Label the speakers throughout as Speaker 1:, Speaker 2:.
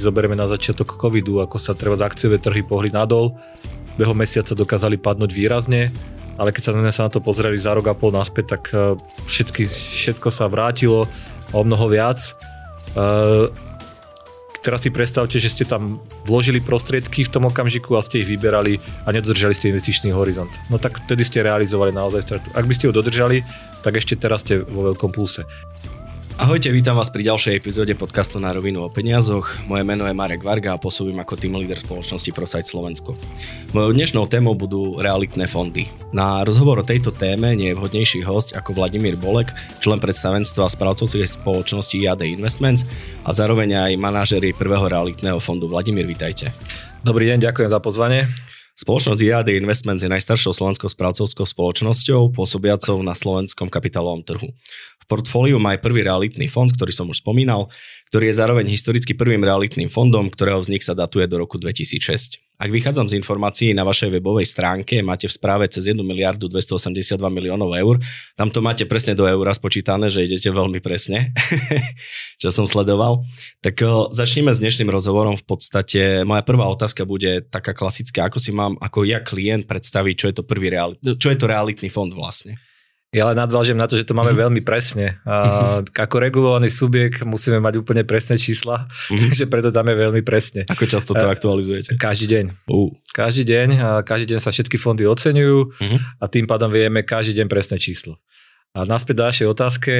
Speaker 1: si zoberieme na začiatok covidu, ako sa treba z akciové trhy pohli nadol, behom mesiaca dokázali padnúť výrazne, ale keď sa na to pozreli za rok a pol naspäť, tak všetko sa vrátilo o mnoho viac. Teraz si predstavte, že ste tam vložili prostriedky v tom okamžiku a ste ich vyberali a nedodržali ste investičný horizont. No tak vtedy ste realizovali naozaj stratu. Ak by ste ho dodržali, tak ešte teraz ste vo veľkom pluse.
Speaker 2: Ahojte, vítam vás pri ďalšej epizóde podcastu Na rovinu o peniazoch. Moje meno je Marek Varga a pôsobím ako team leader spoločnosti ProSite Slovensko. Mojou dnešnou témou budú realitné fondy. Na rozhovor o tejto téme nie je vhodnejší hosť ako Vladimír Bolek, člen predstavenstva správcovskej spoločnosti IAD Investments a zároveň aj manažéri prvého realitného fondu. Vladimír, vítajte.
Speaker 1: Dobrý deň, ďakujem za pozvanie.
Speaker 2: Spoločnosť IAD Investments je najstaršou slovenskou správcovskou spoločnosťou pôsobiacou na slovenskom kapitálovom trhu. V portfóliu má aj prvý realitný fond, ktorý som už spomínal, ktorý je zároveň historicky prvým realitným fondom, ktorého vznik sa datuje do roku 2006. Ak vychádzam z informácií na vašej webovej stránke, máte v správe cez 1 miliardu 282 miliónov eur. Tam to máte presne do eura spočítané, že idete veľmi presne, čo som sledoval. Tak začneme s dnešným rozhovorom. V podstate moja prvá otázka bude taká klasická, ako si mám ako ja klient predstaviť, čo je to realitný fond vlastne.
Speaker 1: Ja len nadvážim na to, že to máme veľmi presne. Ako regulovaný subjekt musíme mať úplne presné čísla, takže preto dáme veľmi presne.
Speaker 2: Ako často to aktualizujete?
Speaker 1: Každý deň. Každý deň sa všetky fondy oceňujú a tým pádom vieme každý deň presné číslo. A naspäť do našej otázke,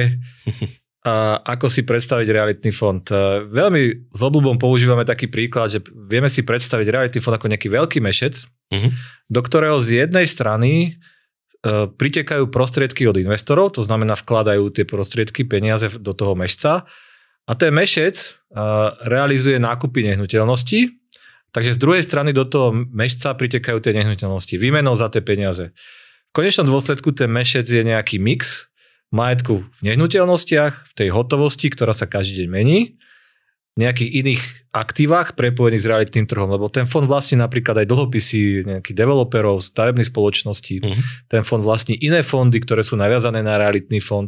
Speaker 1: ako si predstaviť realitný fond. Veľmi s obľubom používame taký príklad, že vieme si predstaviť realitný fond ako nejaký veľký mešec, do ktorého z jednej strany pritekajú prostriedky od investorov, to znamená vkladajú tie prostriedky, peniaze do toho mešca a ten mešec realizuje nákupy nehnuteľností, takže z druhej strany do toho mešca pritekajú tie nehnuteľnosti výmenou za tie peniaze. V konečnom dôsledku ten mešec je nejaký mix majetku v nehnuteľnostiach, v tej hotovosti, ktorá sa každý deň mení, nejakých iných aktívach prepojených s realitným trhom, lebo ten fond vlastní napríklad aj dlhopisy nejakých developerov, stavebných spoločností, ten fond vlastní iné fondy, ktoré sú naviazané na realitný fond.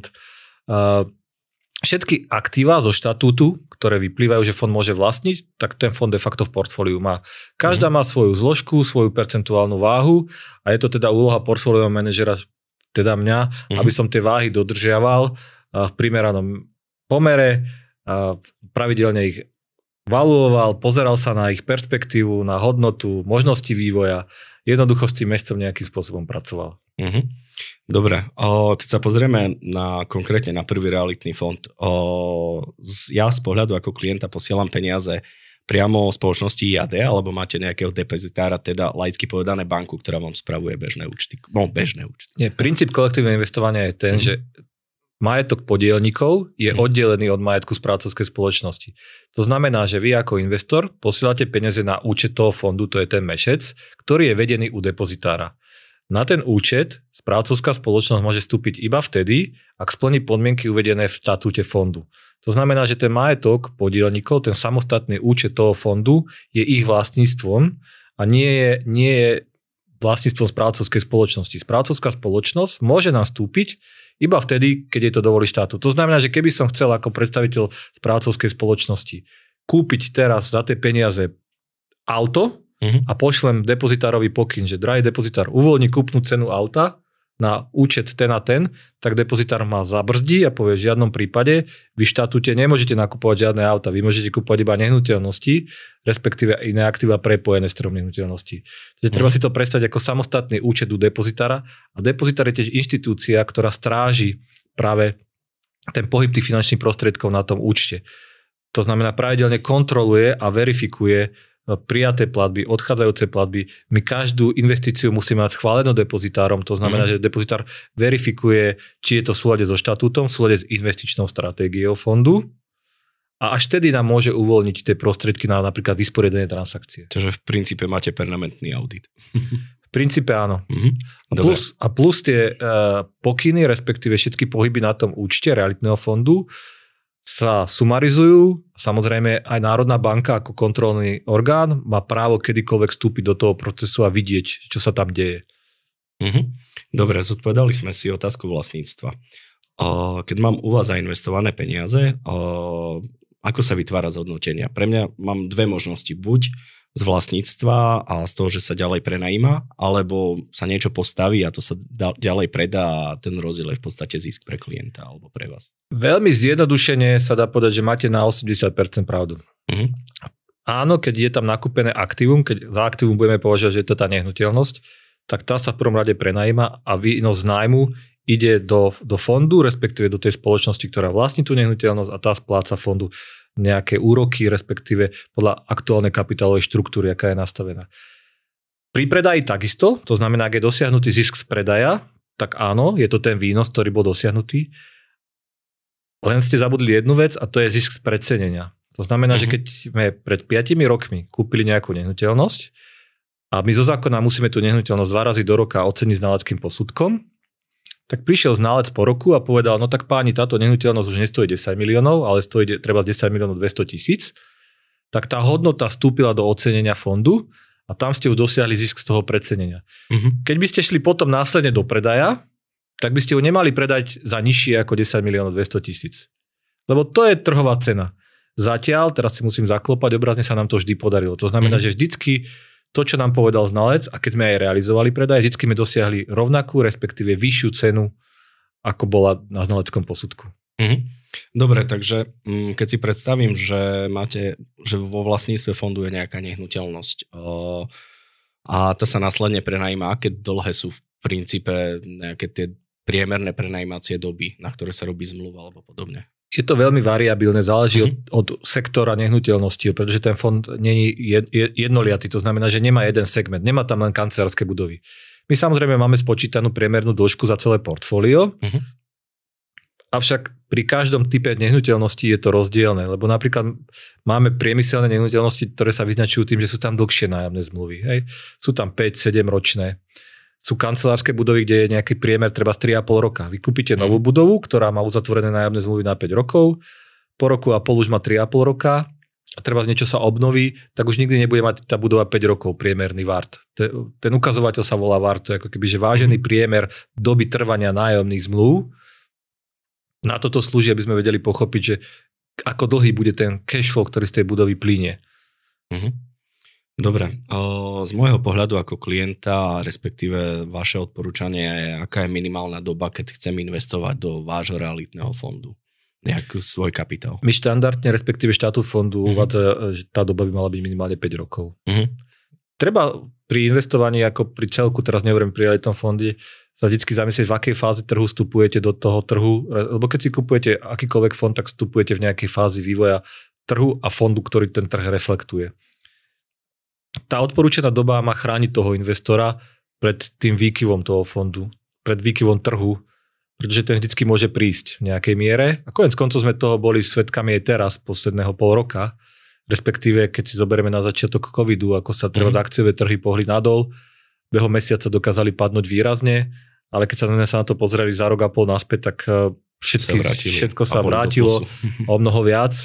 Speaker 1: Všetky aktíva zo štatútu, ktoré vyplývajú, že fond môže vlastniť, tak ten fond de facto v portfóliu má. Každá má svoju zložku, svoju percentuálnu váhu a je to teda úloha portfóliového manažera, teda mňa, aby som tie váhy dodržiaval v primeranom pomere, pravidelne ich valuoval, pozeral sa na ich perspektívu, na hodnotu, možnosti vývoja, jednoducho s tým mešcom nejakým spôsobom pracoval.
Speaker 2: Dobre, keď sa pozrieme konkrétne na prvý realitný fond, ja z pohľadu ako klienta posielam peniaze priamo spoločnosti IAD, alebo máte nejakého depozitára, teda laicky povedané banku, ktorá vám spravuje bežné účty? No, bežné účty.
Speaker 1: Nie, princíp kolektívneho investovania je ten, že majetok podielnikov je oddelený od majetku správcovskej spoločnosti. To znamená, že vy ako investor posielate peniaze na účet toho fondu, to je ten mešec, ktorý je vedený u depozitára. Na ten účet správcovská spoločnosť môže vstúpiť iba vtedy, ak splní podmienky uvedené v štatúte fondu. To znamená, že ten majetok podielnikov, ten samostatný účet toho fondu je ich vlastníctvom a nie je vlastníctvom správcovskej spoločnosti. Správcovská spoločnosť môže nastúpiť iba vtedy, keď jej to dovolí štátu. To znamená, že keby som chcel ako predstaviteľ správcovskej spoločnosti kúpiť teraz za tie peniaze auto a pošlem depozitárovi pokyn, že drahý depozitár, uvoľni kúpnu cenu auta na účet ten a ten, tak depozitár ma zabrzdí a povie, v žiadnom prípade vy v štatúte nemôžete nakupovať žiadne auta, vy môžete kúpovať iba nehnuteľnosti, respektíve iné aktíva prepojené s trhom nehnuteľností. Takže treba si to predstaviť ako samostatný účet u depozitára a depozitár je tiež inštitúcia, ktorá stráži práve ten pohyb tých finančných prostriedkov na tom účte. To znamená, pravidelne kontroluje a verifikuje prijaté platby, odchádzajúce platby. My každú investíciu musíme mať schválenú depozitárom, to znamená, že depozitár verifikuje, či je to v súlade so štatútom, v súlade s investičnou stratégiou fondu a až tedy nám môže uvoľniť tie prostriedky na napríklad vysporiadanie transakcie.
Speaker 2: Takže v princípe máte permanentný audit.
Speaker 1: V princípe áno. A plus tie pokyny, respektíve všetky pohyby na tom účte realitného fondu sa sumarizujú. Samozrejme aj Národná banka ako kontrolný orgán má právo kedykoľvek vstúpiť do toho procesu a vidieť, čo sa tam deje.
Speaker 2: Dobre, zodpovedali sme si otázku vlastníctva. Keď mám u vás zainvestované peniaze, Ako sa vytvára zhodnotenia? Pre mňa mám dve možnosti. Buď z vlastníctva a z toho, že sa ďalej prenajíma, alebo sa niečo postaví a to sa ďalej predá a ten rozdiel je v podstate zisk pre klienta alebo pre vás.
Speaker 1: Veľmi zjednodušene sa dá povedať, že máte na 80% pravdu. Uh-huh. Áno, keď je tam nakúpené aktívum, keď za aktívum budeme považovať, že je to tá nehnuteľnosť, tak tá sa v prvom rade prenajíma a výnos z nájmu ide do fondu, respektíve do tej spoločnosti, ktorá vlastní tú nehnuteľnosť a tá spláca fondu nejaké úroky, respektíve podľa aktuálnej kapitálovej štruktúry, aká je nastavená. Pri predaji takisto, to znamená, ak je dosiahnutý zisk z predaja, tak áno, je to ten výnos, ktorý bol dosiahnutý. Len ste zabudli jednu vec a to je zisk z precenenia. To znamená, že keď sme pred 5 rokmi kúpili nejakú nehnuteľnosť a my zo zákona musíme tú nehnuteľnosť 2 razy do roka oceniť znaleckým posudkom, tak prišiel znalec po roku a povedal, no tak páni, táto nehnuteľnosť už nestojí 10 miliónov, ale stojí treba 10 miliónov 200 000, tak tá hodnota vstúpila do ocenenia fondu a tam ste už dosiahli zisk z toho precenenia. Uh-huh. Keď by ste šli potom následne do predaja, tak by ste ho nemali predať za nižšie ako 10 miliónov 200 000. Lebo to je trhová cena. Zatiaľ, teraz si musím zaklopať, obrazne sa nám to vždy podarilo. To znamená, že vždycky to, čo nám povedal znalec, a keď sme aj realizovali predaj, vždycky sme dosiahli rovnakú, respektíve vyššiu cenu, ako bola na znaleckom posudku.
Speaker 2: Mhm. Dobre, takže keď si predstavím, že vo vlastníctve fondu je nejaká nehnuteľnosť a to sa následne prenajíma, aké dlhé sú v princípe nejaké tie priemerné prenajímacie doby, na ktoré sa robí zmluva alebo podobne?
Speaker 1: Je to veľmi variabilné, záleží od sektora nehnuteľnosti, pretože ten fond nie je jednoliatý, to znamená, že nemá jeden segment, nemá tam len kancelárske budovy. My samozrejme máme spočítanú priemernú dĺžku za celé portfólio, avšak pri každom type nehnuteľnosti je to rozdielne, lebo napríklad máme priemyselné nehnuteľnosti, ktoré sa vyznačujú tým, že sú tam dlhšie nájomné zmluvy. Hej? Sú tam 5-7 ročné. Sú kancelárske budovy, kde je nejaký priemer treba z 3,5 roka. Vy kúpite novú budovu, ktorá má uzatvorené nájomné zmluvy na 5 rokov, po roku a pol už má 3,5 roka a treba niečo sa obnoví, tak už nikdy nebude mať tá budova 5 rokov priemerný VART. Ten ukazovateľ sa volá VART, to je ako keby že vážený priemer doby trvania nájomných zmluv. Na toto slúži, aby sme vedeli pochopiť, že ako dlhý bude ten cash flow, ktorý z tej budovy plynie.
Speaker 2: Dobre, z môjho pohľadu ako klienta, respektíve vaše odporúčanie je, aká je minimálna doba, keď chcem investovať do vášho realitného fondu, nejaký svoj kapitál.
Speaker 1: My štandardne, respektíve štatút fondu, že tá doba by mala byť minimálne 5 rokov. Treba pri investovaní, ako pri celku, teraz nehovorím pri realitnom fonde, sa vždy zamyslieť, v akej fáze trhu vstupujete do toho trhu, lebo keď si kupujete akýkoľvek fond, tak vstupujete v nejakej fázi vývoja trhu a fondu, ktorý ten trh reflektuje. Tá odporúčaná doba má chrániť toho investora pred tým výkyvom toho fondu, pred výkyvom trhu, pretože ten vždycky môže prísť v nejakej miere. A koniec koncov sme toho boli svedkami aj teraz, posledného pol roka, respektíve keď si zoberieme na začiatok covidu, ako sa treba akciové trhy pohli nadol, behom mesiaca dokázali padnúť výrazne, ale keď sa na to pozreli za rok a pol naspäť, tak všetko sa vrátilo o mnoho viac.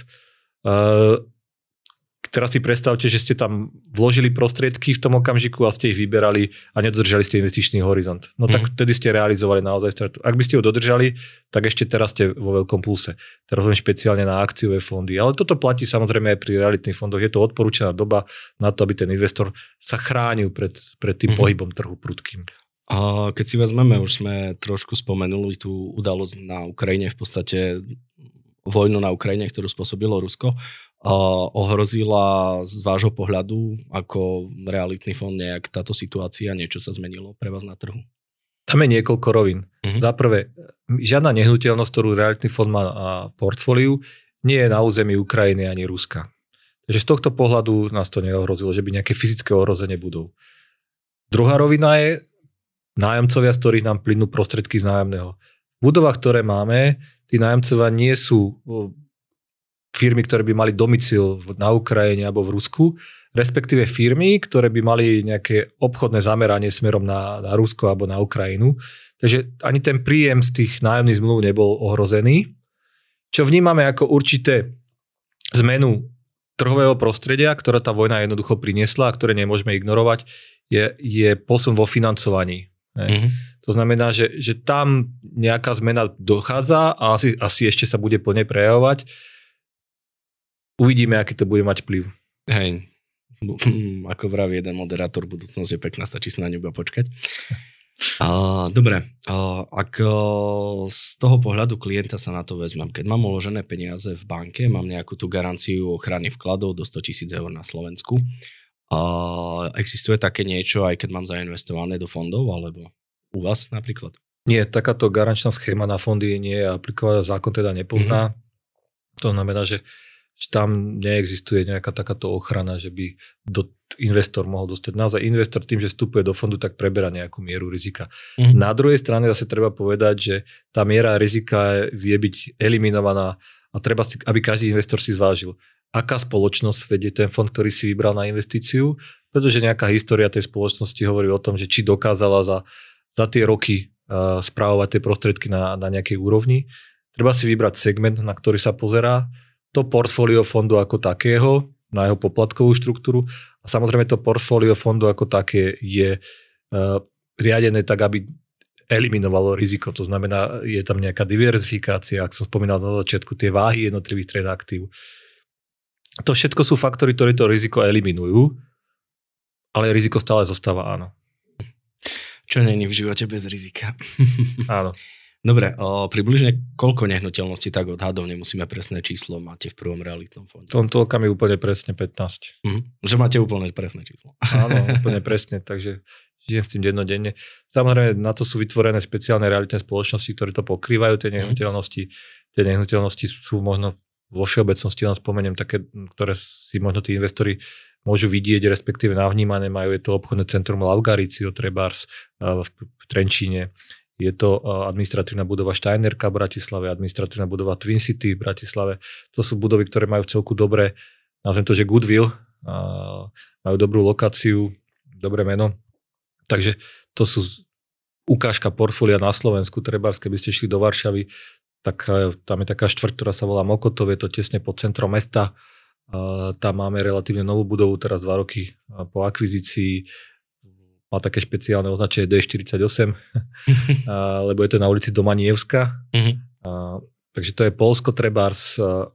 Speaker 1: Teraz si predstavte, že ste tam vložili prostriedky v tom okamžiku a ste ich vyberali a nedodržali ste investičný horizont. No tak vtedy ste realizovali naozaj stratu. Ak by ste ho dodržali, tak ešte teraz ste vo veľkom pluse. Teraz len špeciálne na akciové fondy. Ale toto platí samozrejme aj pri realitných fondoch. Je to odporúčaná doba na to, aby ten investor sa chránil pred tým pohybom trhu prudkým.
Speaker 2: A keď si vezmeme, už sme trošku spomenuli tú udalosť na Ukrajine, v podstate vojnu na Ukrajine, ktorú spôsobilo Rusko. Ohrozila z vášho pohľadu ako realitný fond nejak táto situácia, niečo sa zmenilo pre vás na trhu?
Speaker 1: Tam je niekoľko rovín. Za prvé, žiadna nehnuteľnosť, ktorú realitný fond má na portfóliu, nie je na území Ukrajiny ani Ruska. Takže z tohto pohľadu nás to neohrozilo, že by nejaké fyzické ohrozenie budov. Druhá rovina je nájomcovia, z ktorých nám plynú prostriedky z nájomného. V budovách, ktoré máme, tí nájomcovia nie sú firmy, ktoré by mali domicil na Ukrajine alebo v Rusku, respektíve firmy, ktoré by mali nejaké obchodné zameranie smerom na Rusko alebo na Ukrajinu. Takže ani ten príjem z tých nájomných zmluv nebol ohrozený. Čo vnímame ako určité zmenu trhového prostredia, ktorá tá vojna jednoducho priniesla a ktoré nemôžeme ignorovať, je posun vo financovaní. To znamená, že tam nejaká zmena dochádza a asi ešte sa bude plne prejavovať. uvidíme, aký to bude mať vplyv.
Speaker 2: Hej, ako vraví jeden moderátor, budúcnosť je pekná, stačí sa na ňu iba počkať. Dobre, ak z toho pohľadu klienta sa na to vezmem, keď mám uložené peniaze v banke, mám nejakú tú garanciu ochrany vkladov do 100 000 eur na Slovensku, existuje také niečo, aj keď mám zainvestované do fondov, alebo u vás napríklad?
Speaker 1: Nie, takáto garančná schéma na fondy nie je aplikovaná, zákon teda nepozná. To znamená, že tam neexistuje nejaká takáto ochrana, že by investor mohol dostať. Naozaj investor tým, že vstupuje do fondu, tak preberá nejakú mieru rizika. Na druhej strane zase treba povedať, že tá miera rizika vie byť eliminovaná a treba si, aby každý investor si zvážil, aká spoločnosť vedie ten fond, ktorý si vybral na investíciu, pretože nejaká história tej spoločnosti hovorí o tom, že či dokázala za tie roky správovať tie prostriedky na nejakej úrovni. Treba si vybrať segment, na ktorý sa pozerá, to portfólio fondu ako takého, na jeho poplatkovú štruktúru a samozrejme to portfólio fondu ako také je riadené tak, aby eliminovalo riziko. To znamená, je tam nejaká diverzifikácia, ak som spomínal na začiatku, tie váhy jednotlivých tried aktív. To všetko sú faktory, ktoré to riziko eliminujú, ale riziko stále zostáva, áno.
Speaker 2: Čo není v živote bez rizika.
Speaker 1: Áno.
Speaker 2: Dobre, približne koľko nehnuteľností, tak odhadov, nemusíme presné číslo, máte v prvom realitnom fonde?
Speaker 1: Toľka mi úplne presne 15.
Speaker 2: Že máte úplne presné číslo.
Speaker 1: Áno, úplne presne, takže žijem s tým dennodenne. Samozrejme, na to sú vytvorené špeciálne realitné spoločnosti, ktoré to pokrývajú, tie nehnuteľnosti. Tie nehnuteľnosti sú možno vo všeobecnosti, len spomeniem také, ktoré si možno tí investori môžu vidieť, respektíve navnímané majú. Je to obchodné centrum Laugaricio Trebárs v Trenčíne. Je to administratívna budova Steinerka v Bratislave, administratívna budova Twin City v Bratislave. To sú budovy, ktoré majú v celku dobré, nazvem to, že goodwill, majú dobrú lokáciu, dobré meno. Takže to sú ukážka portfólia na Slovensku. Trebárs, keby ste šli do Varšavy, tak tam je taká štvrť, ktorá sa volá Mokotov, je to tesne pod centrom mesta. Tam máme relatívne novú budovu, teraz 2 roky po akvizícii. Má také špeciálne označenie D48, lebo je to na ulici Domanievska. Takže to je Poľsko Trebárs,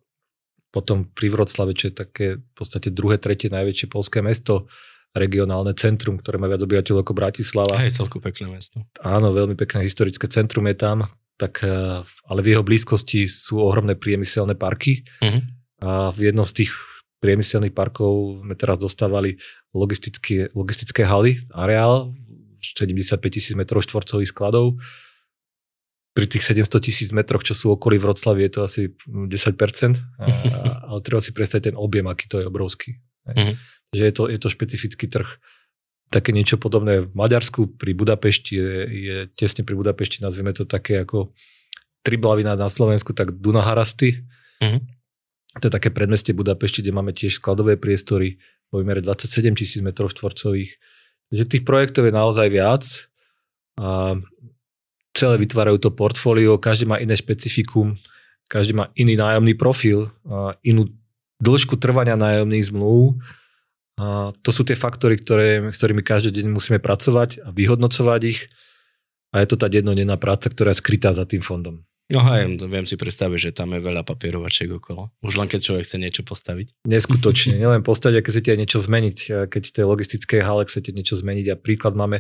Speaker 1: potom pri Vroclave, čo je také v podstate druhé, tretie najväčšie poľské mesto, regionálne centrum, ktoré má viac obyvateľov ako Bratislava.
Speaker 2: Je celku pekné mesto.
Speaker 1: Áno, veľmi pekné historické centrum je tam, tak, ale v jeho blízkosti sú ohromné priemyselné parky. A v jednom z tých priemyselných parkov sme teraz dostávali logistické haly, areál, 75 000 m2 skladov. Pri tých 700 000 metroch, čo sú okolí Vroclavy, je to asi 10%, ale treba si predstaviť ten objem, aký to je obrovský. Takže je to špecifický trh. Také niečo podobné v Maďarsku, pri Budapešti, je tesne pri Budapešti, nazvime to také ako Triblavina na Slovensku, tak Dunaharasty. To je také predmestie Budapešti, kde máme tiež skladové priestory vo výmere 27 000 m2. Takže tých projektov je naozaj viac. A celé vytvárajú to portfólio, každý má iné špecifikum, každý má iný nájomný profil, inú dĺžku trvania nájomných zmluv. A to sú tie faktory, s ktorými každý deň musíme pracovať a vyhodnocovať ich. A je to tá dennodenná práca, ktorá je skrytá za tým fondom.
Speaker 2: No hej, viem si predstaviť, že tam je veľa papierovačiek okolo. Už len keď človek chce niečo postaviť.
Speaker 1: Neskutočne, nielen postaviť, a keď chcete aj niečo zmeniť. Keď v tej logistickej hale chcete niečo zmeniť. A príklad máme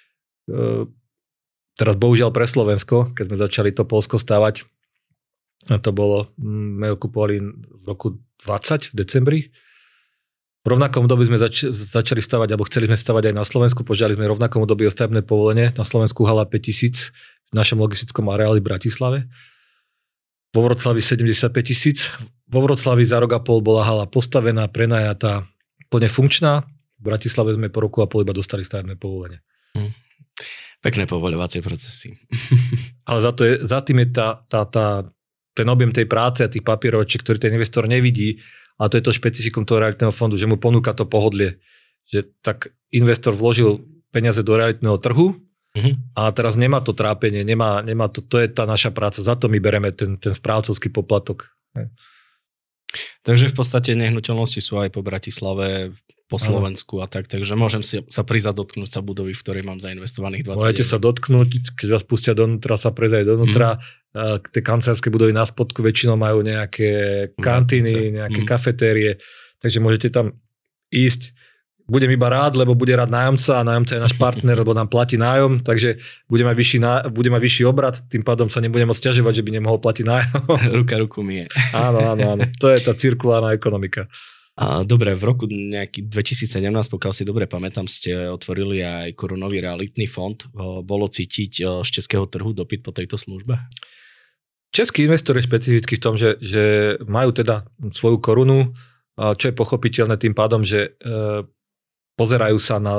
Speaker 1: teraz bohužiaľ pre Slovensko, keď sme začali to Poľsko stavať. A to bolo, sme okupovali v roku 20 v decembri. V rovnakom období sme začali stavať, alebo chceli sme stavať aj na Slovensku. Požiadali sme v rovnakom období o stavebné povolenie. Na Slovensku hala 5000 v našom logistickom areáli v Bratislave. Vo Vroclavi 75 000. Vo Vroclavi za rok a pol bola hala postavená, prenajatá, plne funkčná. V Bratislave sme po roku a pol iba dostali stavebné povolenie.
Speaker 2: Pekné povoľovacie procesy.
Speaker 1: Ale za tým je ten objem tej práce a tých papierovačiek, ktorý ten investor nevidí. A to je to špecifikum toho realitného fondu, že mu ponúka to pohodlie. Že tak investor vložil peniaze do realitného trhu a teraz nemá to trápenie, nemá to je tá naša práca, za to my bereme ten správcovský poplatok.
Speaker 2: Takže v podstate nehnuteľnosti sú aj po Bratislave, po Slovensku a tak, takže môžem sa prísť dotknúť sa budovy, v ktorej mám zainvestovaných 20
Speaker 1: Môžete sa dotknúť, keď vás pustia donútra, sa prejsť aj donútra. Tie kancelárske budovy na spodku väčšinou majú nejaké kantíny, nejaké kafetérie, takže môžete tam ísť. Budem iba rád, lebo bude rád nájomca a nájomca je náš partner, lebo nám platí nájom, takže bude mať vyšší obrad, tým pádom sa nebudem môcť sťažovať, že by nemohol platiť nájom.
Speaker 2: Ruka ruku mije.
Speaker 1: Áno. To je tá cirkulárna ekonomika.
Speaker 2: Dobre, v roku nejaký 2017, pokiaľ si dobre pamätám, ste otvorili aj korunový realitný fond. Bolo cítiť z českého trhu dopyt po tejto službe?
Speaker 1: Český investor je špecifický v tom, že majú teda svoju korunu, čo je pochopiteľné tým pádom, že pozerajú sa na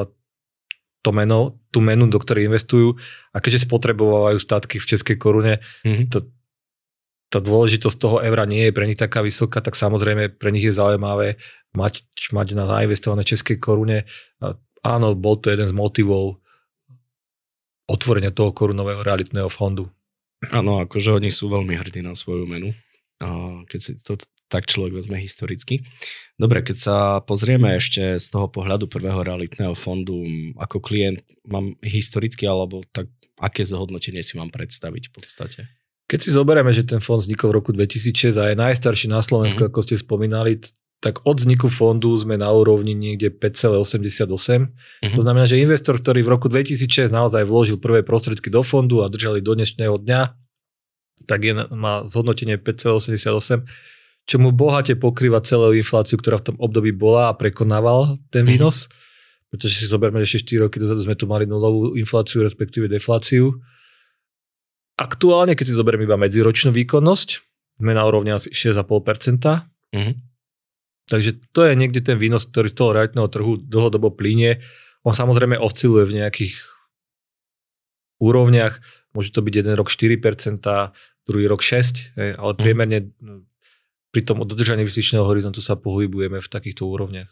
Speaker 1: tú menu, do ktorej investujú a keďže spotrebovávajú statky v českej korune, tá dôležitosť toho eura nie je pre nich taká vysoká, tak samozrejme pre nich je zaujímavé mať na zainvestované českej korune. Áno, bol to jeden z motivov otvorenia toho korunového realitného fondu.
Speaker 2: Áno, akože oni sú veľmi hrdí na svoju menu, keď si to tak človek vezme historicky. Dobre, keď sa pozrieme ešte z toho pohľadu prvého realitného fondu, ako klient mám historicky, alebo tak aké zhodnotenie si mám predstaviť v podstate?
Speaker 1: Keď si zoberieme, že ten fond vznikol v roku 2006 a je najstarší na Slovensku, ako ste spomínali, tak od vzniku fondu sme na úrovni niekde 5,88. To znamená, že investor, ktorý v roku 2006 naozaj vložil prvé prostriedky do fondu a držali do dnešného dňa, tak má zhodnotenie 5,88, čo mu bohate pokrýva celú infláciu, ktorá v tom období bola a prekonával ten výnos. Pretože si zoberme, že ešte 4 roky dozadu sme tu mali nulovú infláciu, respektíve defláciu. Aktuálne, keď si zoberieme iba medziročnú výkonnosť, sme na úrovni asi 6,5%. Takže to je niekde ten výnos, ktorý z toho realitného trhu dlhodobo plynie. On samozrejme osciluje v nejakých úrovniach. Môže to byť jeden rok 4%, druhý rok 6%, ale priemerne pri tom dodržaní investičného horizontu sa pohybujeme v takýchto úrovniach.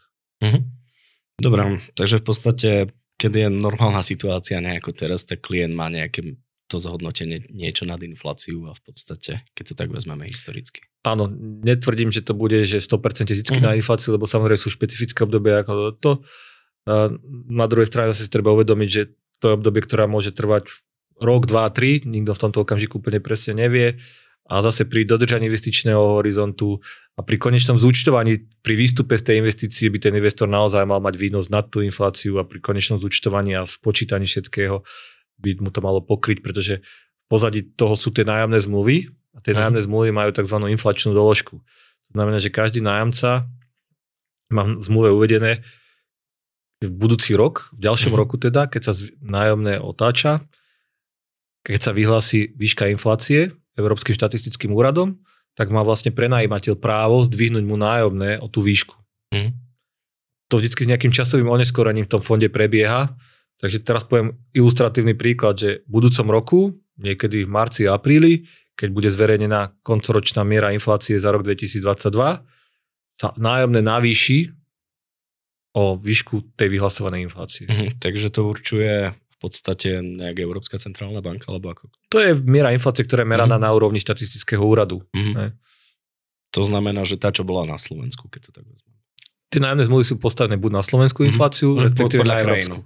Speaker 2: Dobre, takže v podstate, keď je normálna situácia nejako teraz, tak klient má nejaké to zhodnotenie niečo nad infláciu a v podstate, keď to tak vezmeme historicky.
Speaker 1: Áno, netvrdím, že to bude, že 100% vždycky na infláciu, lebo samozrejme sú špecifické obdobia ako to. Na druhej strane si treba uvedomiť, že to je obdobie, ktorá môže trvať rok, 2, 3, nikto v tomto okamžiku úplne presne nevie. A zase pri dodržaní investičného horizontu a pri konečnom zúčtovaní, pri výstupe z tej investície by ten investor naozaj mal mať výnos nad tú infláciu a pri konečnom zúčtovaní a spočítaní všetkého by mu to malo pokryť, pretože v pozadí toho sú tie nájomné zmluvy a tie nájomné zmluvy majú tzv. Inflačnú doložku. To znamená, že každý nájomca má v zmluve uvedené v budúci rok, v ďalšom roku teda, keď sa nájomné otáča, keď sa vyhlási výška inflácie Európskym štatistickým úradom, tak má vlastne prenajímateľ právo zdvihnúť mu nájomné o tú výšku. To vždycky s nejakým časovým oneskorením v tom fonde prebieha. Takže teraz poviem ilustratívny príklad, že v budúcom roku, niekedy v marci a apríli, keď bude zverejnená koncoročná miera inflácie za rok 2022, sa nájomné navýši o výšku tej vyhlasovanej inflácie.
Speaker 2: Takže to určuje v podstate nejaká Európska centrálna banka, alebo ako?
Speaker 1: To je miera inflácie, ktorá je meraná na úrovni štatistického úradu.
Speaker 2: To znamená, že tá, čo bola na Slovensku, keď to tak vezmem.
Speaker 1: Tie nájomné zmluvy sú postavené buď na slovenskú infláciu, respektíve na európsku.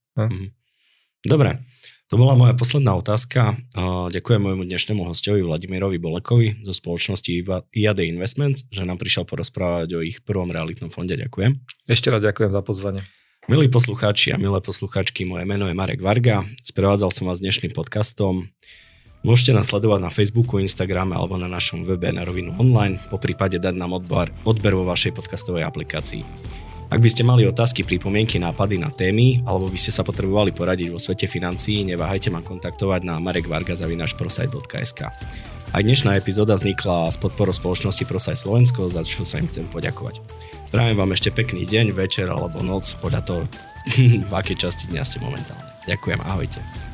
Speaker 2: Dobre, to bola moja posledná otázka. Ďakujem môjmu dnešnému hostovi Vladimírovi Bolekovi zo spoločnosti IAD Investments, že nám prišiel porozprávať o ich prvom realitnom fonde. Ďakujem.
Speaker 1: Ešte raz ďakujem za pozvanie.
Speaker 2: Milí poslucháči a milé poslucháčky, moje meno je Marek Varga. Sprevádzal som vás dnešným podcastom. Môžete nás sledovať na Facebooku, Instagrame alebo na našom webe Na rovinu online, poprípade dať nám odber vo vašej podcastovej aplikácii. Ak by ste mali otázky, pripomienky, nápady na témy, alebo by ste sa potrebovali poradiť vo svete financií, neváhajte ma kontaktovať na marekvarga@prosite.sk. Aj dnešná epizóda vznikla s podporou spoločnosti Prosite Slovensko, za čo sa im chcem poďakovať. Prajem vám ešte pekný deň, večer alebo noc, podľa toho, v akej časti dňa ste momentálne. Ďakujem, ahojte.